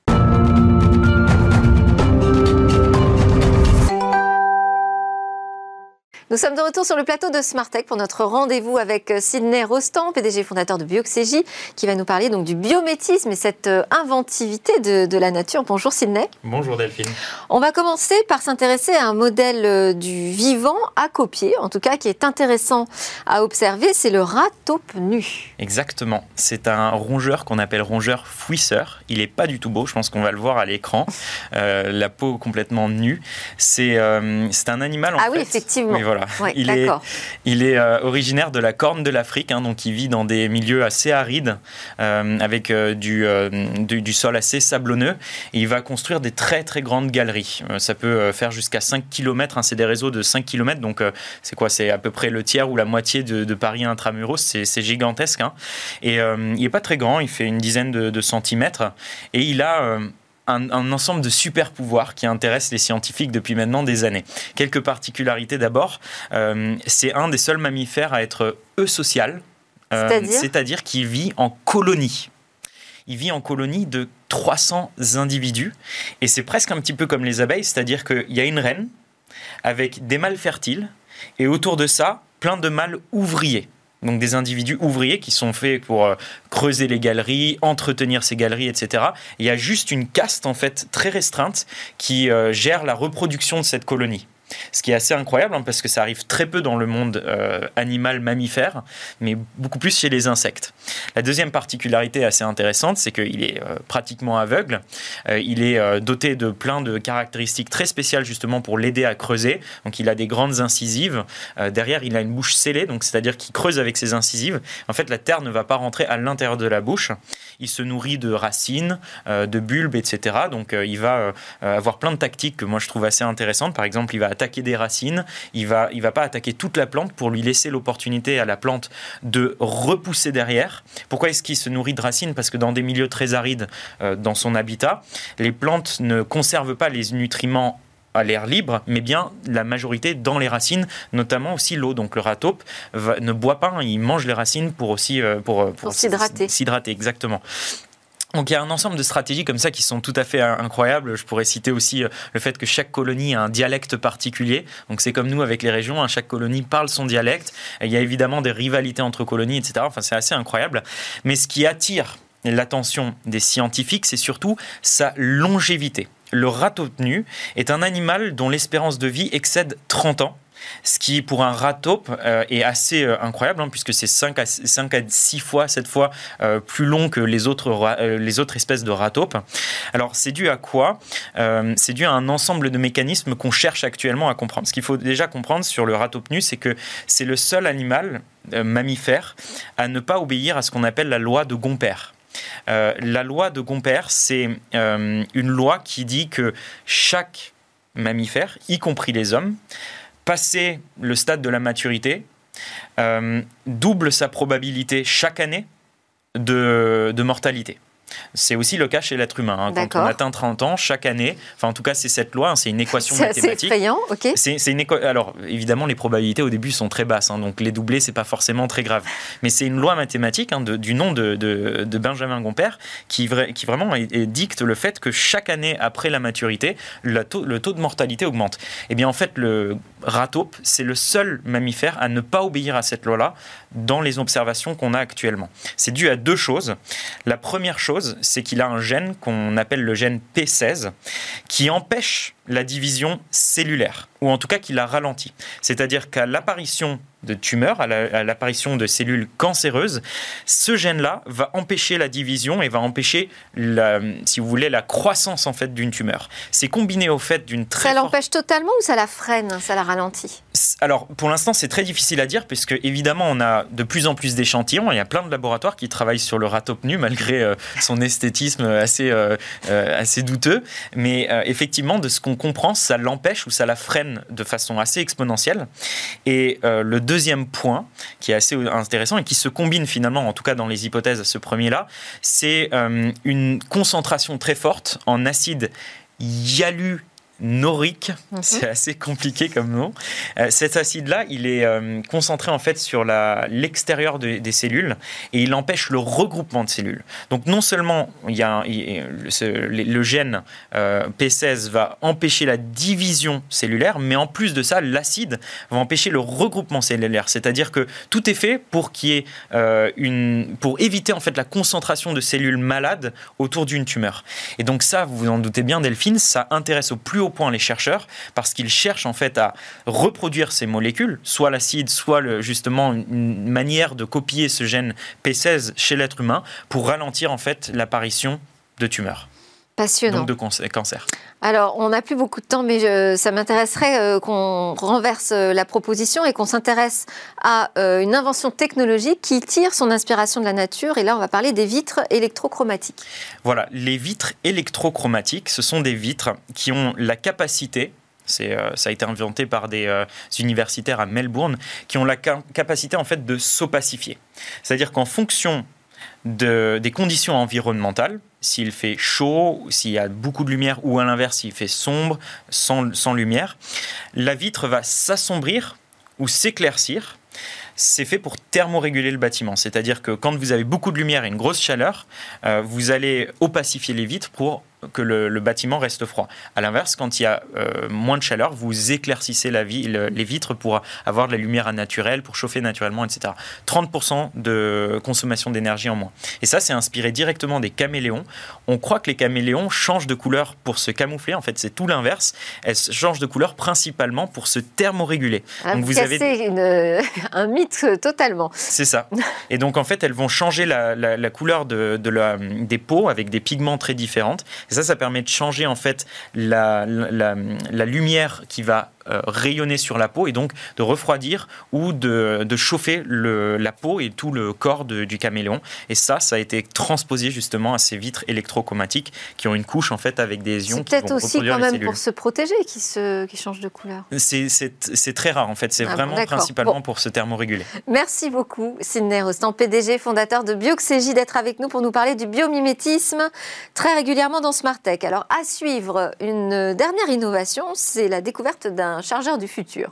Nous sommes de retour sur le plateau de Smartech pour notre rendez-vous avec Sidney Rostand, PDG fondateur de Bioxégie, qui va nous parler donc du biométisme et cette inventivité de la nature. Bonjour Sidney. Bonjour Delphine. On va commencer par s'intéresser à un modèle du vivant à copier, en tout cas qui est intéressant à observer, c'est le rat taupe nu. Exactement, c'est un rongeur qu'on appelle rongeur fouisseur. Il n'est pas du tout beau, je pense qu'on va le voir à l'écran, la peau complètement nue. C'est un animal en fait. Ah oui, effectivement. Oui, voilà. Ouais, il est originaire de la Corne de l'Afrique, donc il vit dans des milieux assez arides, avec du sol assez sablonneux. Et il va construire des très très grandes galeries. Ça peut faire jusqu'à 5 km, c'est des réseaux de 5 km, donc c'est quoi? C'est à peu près le tiers ou la moitié de Paris intramuros, c'est gigantesque. Et il n'est pas très grand, il fait une dizaine de centimètres, et il a... un ensemble de super pouvoirs qui intéressent les scientifiques depuis maintenant des années. Quelques particularités d'abord. C'est un des seuls mammifères à être eusocial, c'est-à-dire qu'il vit en colonie. Il vit en colonie de 300 individus et c'est presque un petit peu comme les abeilles, c'est-à-dire qu'il y a une reine avec des mâles fertiles et autour de ça, plein de mâles ouvriers. Donc des individus ouvriers qui sont faits pour creuser les galeries, entretenir ces galeries, etc. Et il y a juste une caste en fait très restreinte qui gère la reproduction de cette colonie. Ce qui est assez incroyable parce que ça arrive très peu dans le monde animal mammifère, mais beaucoup plus chez les insectes. La deuxième particularité assez intéressante, c'est qu'il est pratiquement aveugle. Il est doté de plein de caractéristiques très spéciales justement pour l'aider à creuser. Donc il a des grandes incisives. Derrière, il a une bouche scellée, donc c'est-à-dire qu'il creuse avec ses incisives. En fait, la terre ne va pas rentrer à l'intérieur de la bouche. Il se nourrit de racines, de bulbes, etc. Donc il va avoir plein de tactiques que moi je trouve assez intéressantes. Par exemple, il va attaquer des racines, il va pas attaquer toute la plante pour lui laisser l'opportunité à la plante de repousser derrière. Pourquoi est-ce qu'il se nourrit de racines? Parce que dans des milieux très arides, dans son habitat, les plantes ne conservent pas les nutriments à l'air libre, mais bien la majorité dans les racines, notamment aussi l'eau. Donc le rat taupe ne boit pas, il mange les racines pour aussi pour s'hydrater. S'hydrater, exactement. Donc il y a un ensemble de stratégies comme ça qui sont tout à fait incroyables. Je pourrais citer aussi le fait que chaque colonie a un dialecte particulier. Donc c'est comme nous avec les régions, chaque colonie parle son dialecte. Et il y a évidemment des rivalités entre colonies, etc. Enfin c'est assez incroyable. Mais ce qui attire l'attention des scientifiques, c'est surtout sa longévité. Le rat taupe nu est un animal dont l'espérance de vie excède 30 ans. Ce qui, pour un rat taupe, est assez incroyable, puisque c'est 5 à 6 fois, 7 fois plus long que les autres espèces de rat taupe. Alors, c'est dû à quoi? C'est dû à un ensemble de mécanismes qu'on cherche actuellement à comprendre. Ce qu'il faut déjà comprendre sur le rat taupe nu, c'est que c'est le seul animal mammifère à ne pas obéir à ce qu'on appelle la loi de Gompère. La loi de Gompère, c'est une loi qui dit que chaque mammifère, y compris les hommes, passé le stade de la maturité, double sa probabilité chaque année de mortalité. C'est aussi le cas chez l'être humain. Quand on atteint 30 ans, chaque année, enfin en tout cas c'est cette loi, c'est une équation mathématique. C'est effrayant, ok. Alors évidemment les probabilités au début sont très basses, donc les doublés c'est pas forcément très grave. Mais c'est une loi mathématique du nom de Benjamin Gompère qui vraiment dicte le fait que chaque année après la maturité, le taux de mortalité augmente. Et bien en fait le rat taupe c'est le seul mammifère à ne pas obéir à cette loi-là dans les observations qu'on a actuellement. C'est dû à deux choses. La première chose, c'est qu'il a un gène qu'on appelle le gène P16 qui empêche la division cellulaire, ou en tout cas qui la ralentit. C'est-à-dire qu'à l'apparition de tumeur, à l'apparition de cellules cancéreuses, ce gène-là va empêcher la division et va empêcher, si vous voulez, la croissance en fait d'une tumeur. C'est combiné au fait d'une très... Ça l'empêche totalement ou ça la freine, ça la ralentit? Alors, pour l'instant, c'est très difficile à dire puisque, évidemment, on a de plus en plus d'échantillons. Il y a plein de laboratoires qui travaillent sur le ratopnu malgré son esthétisme assez douteux. Mais effectivement, de ce qu'on comprend, ça l'empêche ou ça la freine de façon assez exponentielle. Et le deuxième point qui est assez intéressant et qui se combine finalement, en tout cas dans les hypothèses à ce premier-là, c'est une concentration très forte en acide hyaluronique. C'est assez compliqué comme nom. Cet acide-là, il est concentré en fait sur l'extérieur des cellules et il empêche le regroupement de cellules. Donc non seulement le gène P16 va empêcher la division cellulaire, mais en plus de ça, l'acide va empêcher le regroupement cellulaire. C'est-à-dire que tout est fait pour qu'il y ait pour éviter en fait la concentration de cellules malades autour d'une tumeur. Et donc ça, vous vous en doutez bien, Delphine, ça intéresse au plus haut point les chercheurs parce qu'ils cherchent en fait à reproduire ces molécules, soit l'acide, soit justement une manière de copier ce gène P16 chez l'être humain pour ralentir en fait l'apparition de tumeurs. Passionnant. Donc de cancer. Alors, on n'a plus beaucoup de temps, mais ça m'intéresserait qu'on renverse la proposition et qu'on s'intéresse à une invention technologique qui tire son inspiration de la nature. Et là, on va parler des vitres électrochromatiques. Voilà, les vitres électrochromatiques, ce sont des vitres qui ont la capacité... ça a été inventé par des universitaires à Melbourne, qui ont la capacité en fait de s'opacifier. C'est-à-dire qu'en fonction des conditions environnementales, s'il fait chaud, s'il y a beaucoup de lumière ou à l'inverse, s'il fait sombre, sans lumière, la vitre va s'assombrir ou s'éclaircir. C'est fait pour thermoréguler le bâtiment. C'est-à-dire que quand vous avez beaucoup de lumière et une grosse chaleur, vous allez opacifier les vitres pour que le bâtiment reste froid. À l'inverse, quand il y a moins de chaleur, vous éclaircissez les vitres pour avoir de la lumière naturelle, pour chauffer naturellement, etc. 30% de consommation d'énergie en moins. Et ça, c'est inspiré directement des caméléons. On croit que les caméléons changent de couleur pour se camoufler. En fait, c'est tout l'inverse. Elles changent de couleur principalement pour se thermoréguler. Donc vous avez un mythe totalement. C'est ça. Et donc, en fait, elles vont changer la couleur des peaux avec des pigments très différents. Et ça permet de changer en fait la lumière qui va rayonner sur la peau et donc de refroidir ou de chauffer la peau et tout le corps du caméléon. Et ça a été transposé justement à ces vitres électrochromatiques qui ont une couche en fait avec des ions qui vont reproduire les cellules. C'est peut-être aussi quand même pour se protéger qui changent de couleur. C'est très rare en fait. C'est vraiment principalement pour se thermoréguler. Merci beaucoup Sidney Rostand, PDG, fondateur de Bioxégie, d'être avec nous pour nous parler du biomimétisme très régulièrement dans Smart Tech. Alors à suivre, une dernière innovation, c'est la découverte d'un chargeur du futur.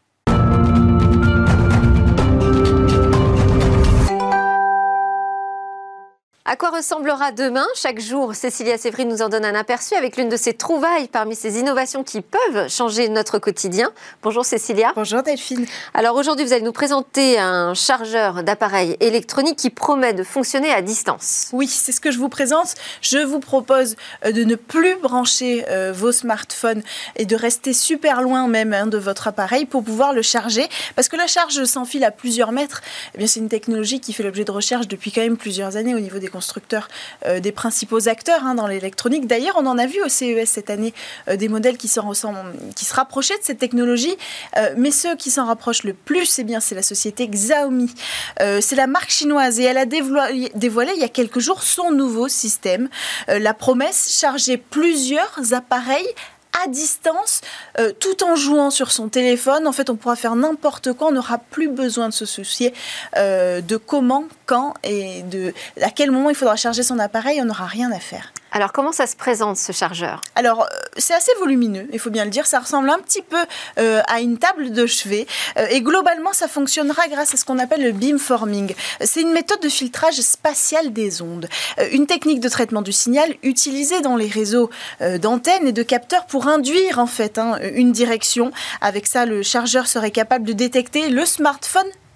À quoi ressemblera demain? Chaque jour, Cécilia Sévry nous en donne un aperçu avec l'une de ses trouvailles parmi ces innovations qui peuvent changer notre quotidien. Bonjour Cécilia. Bonjour Delphine. Alors aujourd'hui, vous allez nous présenter un chargeur d'appareils électroniques qui promet de fonctionner à distance. Oui, c'est ce que je vous présente. Je vous propose de ne plus brancher vos smartphones et de rester super loin même de votre appareil pour pouvoir le charger. Parce que la charge sans fil à plusieurs mètres, eh bien, c'est une technologie qui fait l'objet de recherche depuis quand même plusieurs années au niveau des constructeurs, des principaux acteurs dans l'électronique. D'ailleurs, on en a vu au CES cette année des modèles qui se rapprochaient de cette technologie, mais ceux qui s'en rapprochent le plus, c'est la société Xiaomi. C'est la marque chinoise et elle a dévoilé il y a quelques jours son nouveau système. La promesse, charger plusieurs appareils à distance, tout en jouant sur son téléphone. En fait, on pourra faire n'importe quoi. On n'aura plus besoin de se soucier de comment, quand et à quel moment il faudra charger son appareil. On n'aura rien à faire. Alors, comment ça se présente, ce chargeur? Alors, c'est assez volumineux, il faut bien le dire. Ça ressemble un petit peu à une table de chevet. Et globalement, ça fonctionnera grâce à ce qu'on appelle le beamforming. C'est une méthode de filtrage spatial des ondes. Une technique de traitement du signal utilisée dans les réseaux d'antennes et de capteurs pour induire, en fait, une direction. Avec ça, le chargeur serait capable de détecter le smartphone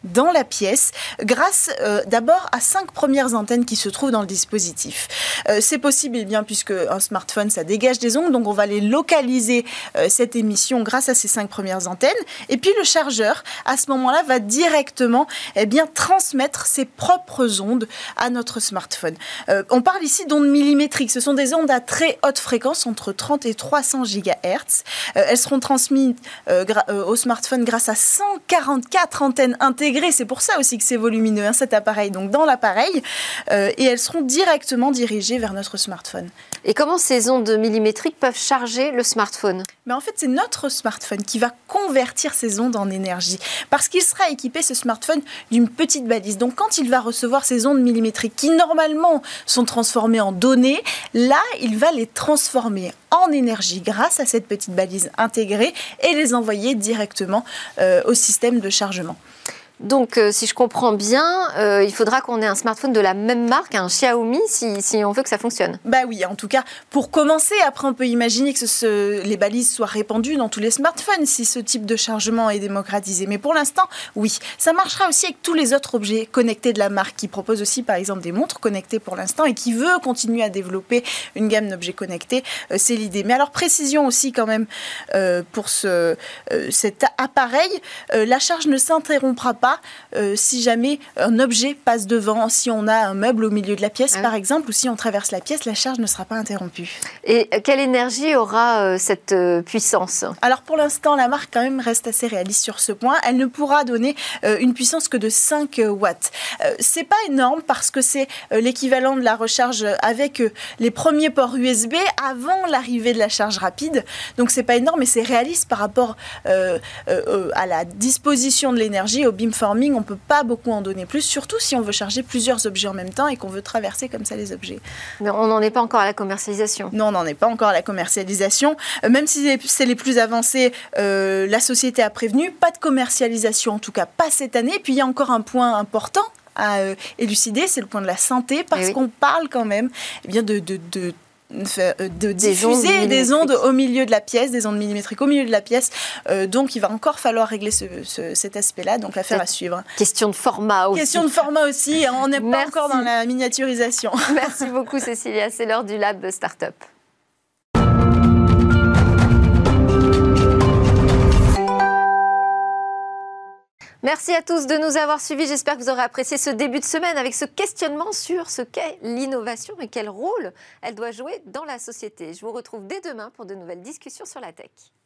dans la pièce grâce d'abord à 5 premières antennes qui se trouvent dans le dispositif. C'est possible bien puisque un smartphone ça dégage des ondes, donc on va les localiser cette émission grâce à ces 5 premières antennes. Et puis le chargeur à ce moment-là va directement transmettre ses propres ondes à notre smartphone. On parle ici d'ondes millimétriques. Ce sont des ondes à très haute fréquence, entre 30 et 300 GHz. Elles seront transmises au smartphone grâce à 144 antennes intégrées. C'est pour ça aussi que c'est volumineux, cet appareil. Donc dans l'appareil, et elles seront directement dirigées vers notre smartphone. Et comment ces ondes millimétriques peuvent charger le smartphone ? Mais en fait, c'est notre smartphone qui va convertir ces ondes en énergie. Parce qu'il sera équipé, ce smartphone, d'une petite balise. Donc, quand il va recevoir ces ondes millimétriques qui, normalement, sont transformées en données, là, il va les transformer en énergie grâce à cette petite balise intégrée et les envoyer directement au système de chargement. Donc, si je comprends bien, il faudra qu'on ait un smartphone de la même marque, un Xiaomi, si on veut que ça fonctionne. Bah oui, en tout cas, pour commencer, après on peut imaginer que les balises soient répandues dans tous les smartphones si ce type de chargement est démocratisé. Mais pour l'instant, oui. Ça marchera aussi avec tous les autres objets connectés de la marque qui propose aussi, par exemple, des montres connectées pour l'instant et qui veut continuer à développer une gamme d'objets connectés. C'est l'idée. Mais alors, précision aussi quand même pour cet appareil, la charge ne s'interrompra pas si jamais un objet passe devant, si on a un meuble au milieu de la pièce par exemple, ou si on traverse la pièce, la charge ne sera pas interrompue. Et quelle énergie aura cette puissance ? Alors pour l'instant, la marque quand même reste assez réaliste sur ce point. Elle ne pourra donner une puissance que de 5 watts. C'est pas énorme parce que c'est l'équivalent de la recharge avec les premiers ports USB avant l'arrivée de la charge rapide. Donc c'est pas énorme, mais c'est réaliste par rapport à la disposition de l'énergie, au beamforming. On ne peut pas beaucoup en donner plus, surtout si on veut charger plusieurs objets en même temps et qu'on veut traverser comme ça les objets. Mais on n'en est pas encore à la commercialisation. Non, on n'en est pas encore à la commercialisation. Même si c'est les plus avancés, la société a prévenu, pas de commercialisation, en tout cas pas cette année. Puis il y a encore un point important à élucider, c'est le point de la santé, parce qu'on parle quand même de diffuser des ondes au milieu de la pièce, des ondes millimétriques au milieu de la pièce. Donc, il va encore falloir régler cet aspect-là. Donc, l'affaire à suivre. Question de format aussi. Question de format aussi. On n'est pas encore dans la miniaturisation. Merci beaucoup, Cécilia. C'est l'heure du Lab Startup. Merci à tous de nous avoir suivis. J'espère que vous aurez apprécié ce début de semaine avec ce questionnement sur ce qu'est l'innovation et quel rôle elle doit jouer dans la société. Je vous retrouve dès demain pour de nouvelles discussions sur la tech.